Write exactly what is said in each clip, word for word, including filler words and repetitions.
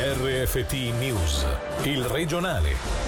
R F T News, il regionale.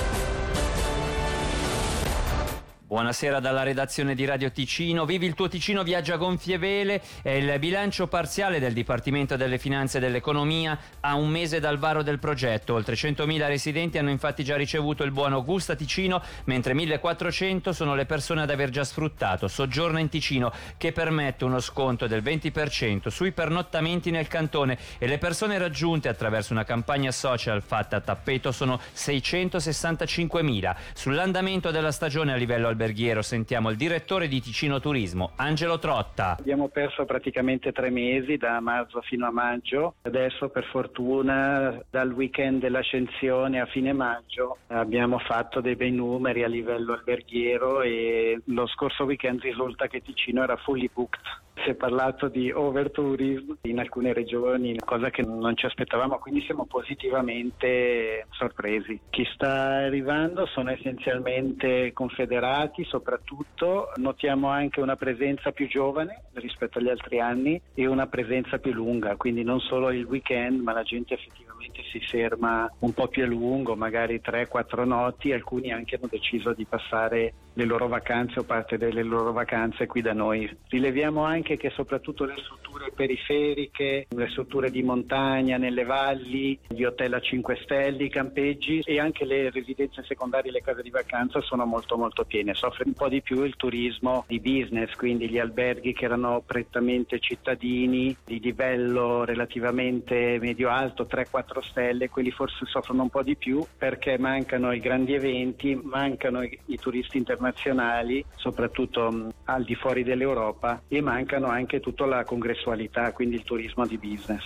Buonasera dalla redazione di Radio Ticino. Vivi il tuo Ticino, viaggia a gonfie vele. È il bilancio parziale del Dipartimento delle Finanze e dell'Economia a un mese dal varo del progetto. Oltre centomila residenti hanno infatti già ricevuto il buono Gusta Ticino, mentre millequattrocento sono le persone ad aver già sfruttato Soggiorna in Ticino, che permette uno sconto del venti per cento sui pernottamenti nel cantone, e le persone raggiunte attraverso una campagna social fatta a tappeto sono seicentosessantacinquemila. Sull'andamento della stagione a livello alberghiero sentiamo il direttore di Ticino Turismo, Angelo Trotta. Abbiamo perso praticamente tre mesi, da marzo fino a maggio. Adesso per fortuna dal weekend dell'Ascensione a fine maggio abbiamo fatto dei bei numeri a livello alberghiero, e lo scorso weekend risulta che Ticino era fully booked. Si è parlato di overtourism in alcune regioni, cosa che non ci aspettavamo, quindi siamo positivamente sorpresi. Chi sta arrivando sono essenzialmente confederati, soprattutto notiamo anche una presenza più giovane rispetto agli altri anni e una presenza più lunga, quindi non solo il weekend, ma la gente effettivamente si ferma un po' più a lungo, magari tre quattro notti. Alcuni anche hanno deciso di passare le loro vacanze o parte delle loro vacanze qui da noi. Rileviamo anche che soprattutto le strutture periferiche, le strutture di montagna, nelle valli, gli hotel a cinque stelle, i campeggi e anche le residenze secondarie, le case di vacanza sono molto molto piene. Soffre un po' di più il turismo di business, quindi gli alberghi che erano prettamente cittadini di livello relativamente medio-alto, tre quattro stelle, quelli forse soffrono un po' di più perché mancano i grandi eventi, mancano i, i turisti internazionali, soprattutto mh, al di fuori dell'Europa, e mancano anche tutta la congressualità, quindi il turismo di business.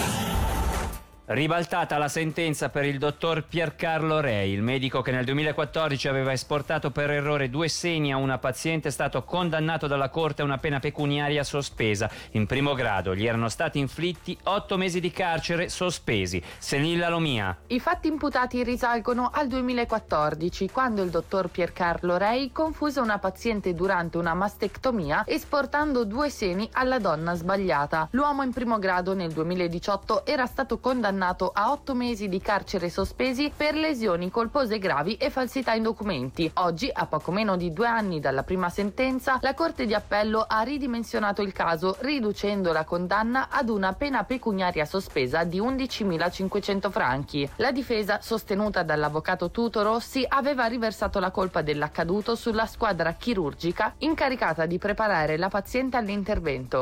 Ribaltata la sentenza per il dottor Piercarlo Rei. Il medico che nel duemilaquattordici aveva esportato per errore due seni a una paziente è stato condannato dalla Corte a una pena pecuniaria sospesa. In primo grado gli erano stati inflitti otto mesi di carcere sospesi. Senilla Lomia. I fatti imputati risalgono al duemilaquattordici, quando il dottor Piercarlo Rei confuse una paziente durante una mastectomia esportando due seni alla donna sbagliata. L'uomo in primo grado nel duemiladiciotto era stato condannato a otto mesi di carcere sospesi per lesioni colpose gravi e falsità in documenti. Oggi, a poco meno di due anni dalla prima sentenza, la Corte di Appello ha ridimensionato il caso, riducendo la condanna ad una pena pecuniaria sospesa di undicimilacinquecento franchi. La difesa, sostenuta dall'avvocato Tuto Rossi, aveva riversato la colpa dell'accaduto sulla squadra chirurgica incaricata di preparare la paziente all'intervento.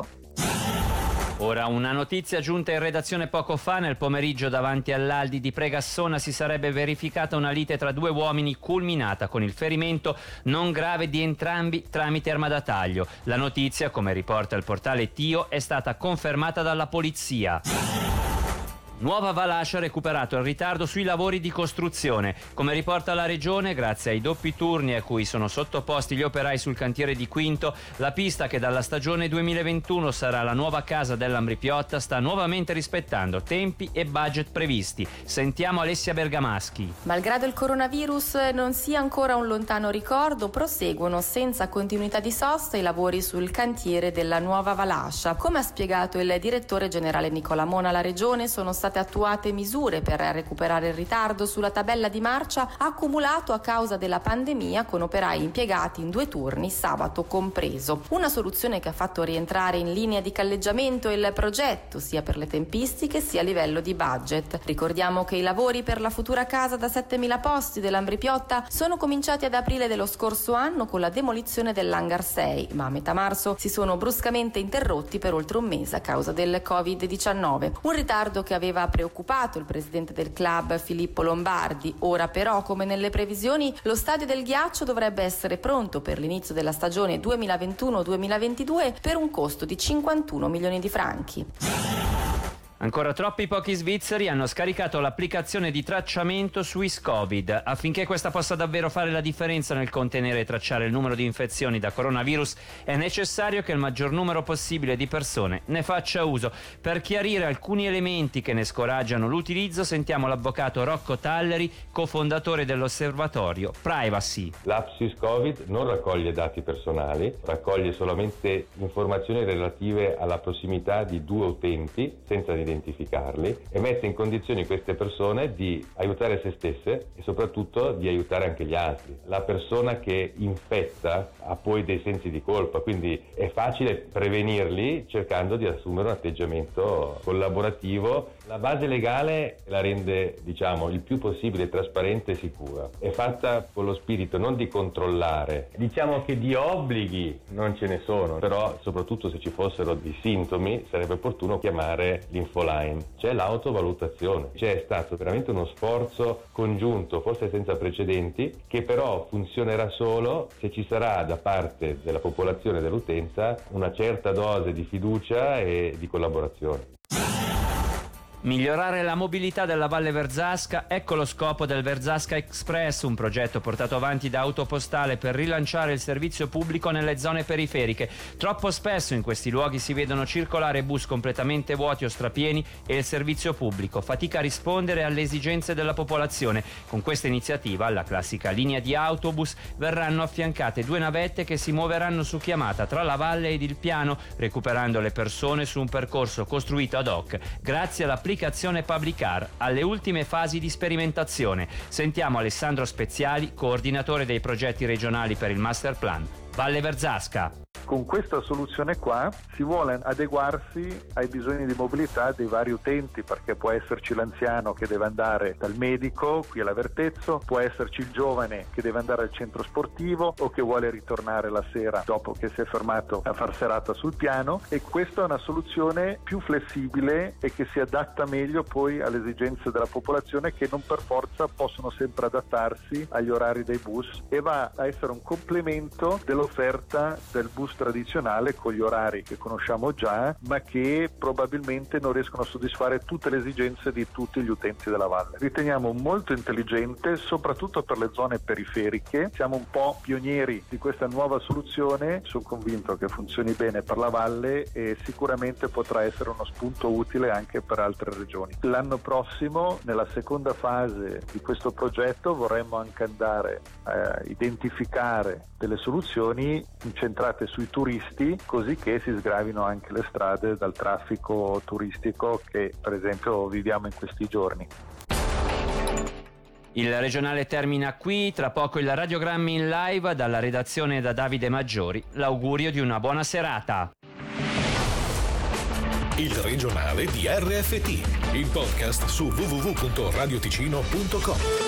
Ora una notizia giunta in redazione poco fa. Nel pomeriggio davanti all'Aldi di Pregassona si sarebbe verificata una lite tra due uomini culminata con il ferimento non grave di entrambi tramite arma da taglio. La notizia, come riporta il portale Tio, è stata confermata dalla polizia. Nuova Valace ha recuperato il ritardo sui lavori di costruzione. Come riporta la Regione, grazie ai doppi turni a cui sono sottoposti gli operai sul cantiere di Quinto, la pista che dalla stagione duemilaventuno sarà la nuova casa dell'Ambripiotta sta nuovamente rispettando tempi e budget previsti. Sentiamo Alessia Bergamaschi. Malgrado il coronavirus non sia ancora un lontano ricordo, proseguono senza continuità di sosta i lavori sul cantiere della Nuova Valace. Come ha spiegato il direttore generale Nicola Mona, la Regione sono stati state attuate misure per recuperare il ritardo sulla tabella di marcia accumulato a causa della pandemia, con operai impiegati in due turni, sabato compreso. Una soluzione che ha fatto rientrare in linea di calleggiamento il progetto, sia per le tempistiche sia a livello di budget. Ricordiamo che i lavori per la futura casa da settemila posti dell'Ambripiotta sono cominciati ad aprile dello scorso anno con la demolizione dell'Hangar sei, ma a metà marzo si sono bruscamente interrotti per oltre un mese a causa del covid diciannove. Un ritardo che aveva preoccupato il presidente del club Filippo Lombardi. Ora però, come nelle previsioni, lo stadio del Ghiaccio dovrebbe essere pronto per l'inizio della stagione duemilaventuno duemilaventidue per un costo di cinquantuno milioni di franchi. Ancora troppi pochi svizzeri hanno scaricato l'applicazione di tracciamento Swisscovid. Affinché questa possa davvero fare la differenza nel contenere e tracciare il numero di infezioni da coronavirus, è necessario che il maggior numero possibile di persone ne faccia uso. Per chiarire alcuni elementi che ne scoraggiano l'utilizzo, sentiamo l'avvocato Rocco Talleri, cofondatore dell'osservatorio Privacy. L'app Swisscovid non raccoglie dati personali, raccoglie solamente informazioni relative alla prossimità di due utenti senza identificarli e mette in condizioni queste persone di aiutare se stesse e soprattutto di aiutare anche gli altri. La persona che infetta ha poi dei sensi di colpa, quindi è facile prevenirli cercando di assumere un atteggiamento collaborativo. La base legale la rende, diciamo, il più possibile trasparente e sicura. È fatta con lo spirito non di controllare. Diciamo che di obblighi non ce ne sono, però soprattutto se ci fossero dei sintomi sarebbe opportuno chiamare l'infoline. C'è l'autovalutazione. C'è stato veramente uno sforzo congiunto, forse senza precedenti, che però funzionerà solo se ci sarà da parte della popolazione e dell'utenza una certa dose di fiducia e di collaborazione. Migliorare la mobilità della Valle Verzasca, ecco lo scopo del Verzasca Express, un progetto portato avanti da Autopostale per rilanciare il servizio pubblico nelle zone periferiche. Troppo spesso in questi luoghi si vedono circolare bus completamente vuoti o strapieni e il servizio pubblico fatica a rispondere alle esigenze della popolazione. Con questa iniziativa, alla classica linea di autobus, verranno affiancate due navette che si muoveranno su chiamata tra la valle ed il piano, recuperando le persone su un percorso costruito ad hoc grazie all'applicazione Publicar, alle ultime fasi di sperimentazione. Sentiamo Alessandro Speziali, coordinatore dei progetti regionali per il Master Plan Valle Verzasca. Con questa soluzione qua si vuole adeguarsi ai bisogni di mobilità dei vari utenti, perché può esserci l'anziano che deve andare dal medico qui all'Avertezzo, può esserci il giovane che deve andare al centro sportivo o che vuole ritornare la sera dopo che si è fermato a far serata sul piano, e questa è una soluzione più flessibile e che si adatta meglio poi alle esigenze della popolazione, che non per forza possono sempre adattarsi agli orari dei bus, e va a essere un complemento dell'offerta del bus tradizionale con gli orari che conosciamo già, ma che probabilmente non riescono a soddisfare tutte le esigenze di tutti gli utenti della valle. Riteniamo molto intelligente, soprattutto per le zone periferiche. Siamo un po' pionieri di questa nuova soluzione, sono convinto che funzioni bene per la valle e sicuramente potrà essere uno spunto utile anche per altre regioni. L'anno prossimo, nella seconda fase di questo progetto, vorremmo anche andare a identificare delle soluzioni incentrate sui turisti, così che si sgravino anche le strade dal traffico turistico che per esempio viviamo in questi giorni. Il regionale termina qui, tra poco il radiogrammi in live dalla redazione da Davide Maggiori. L'augurio di una buona serata. Il regionale di R F T, il podcast su w w w punto radioticino punto com.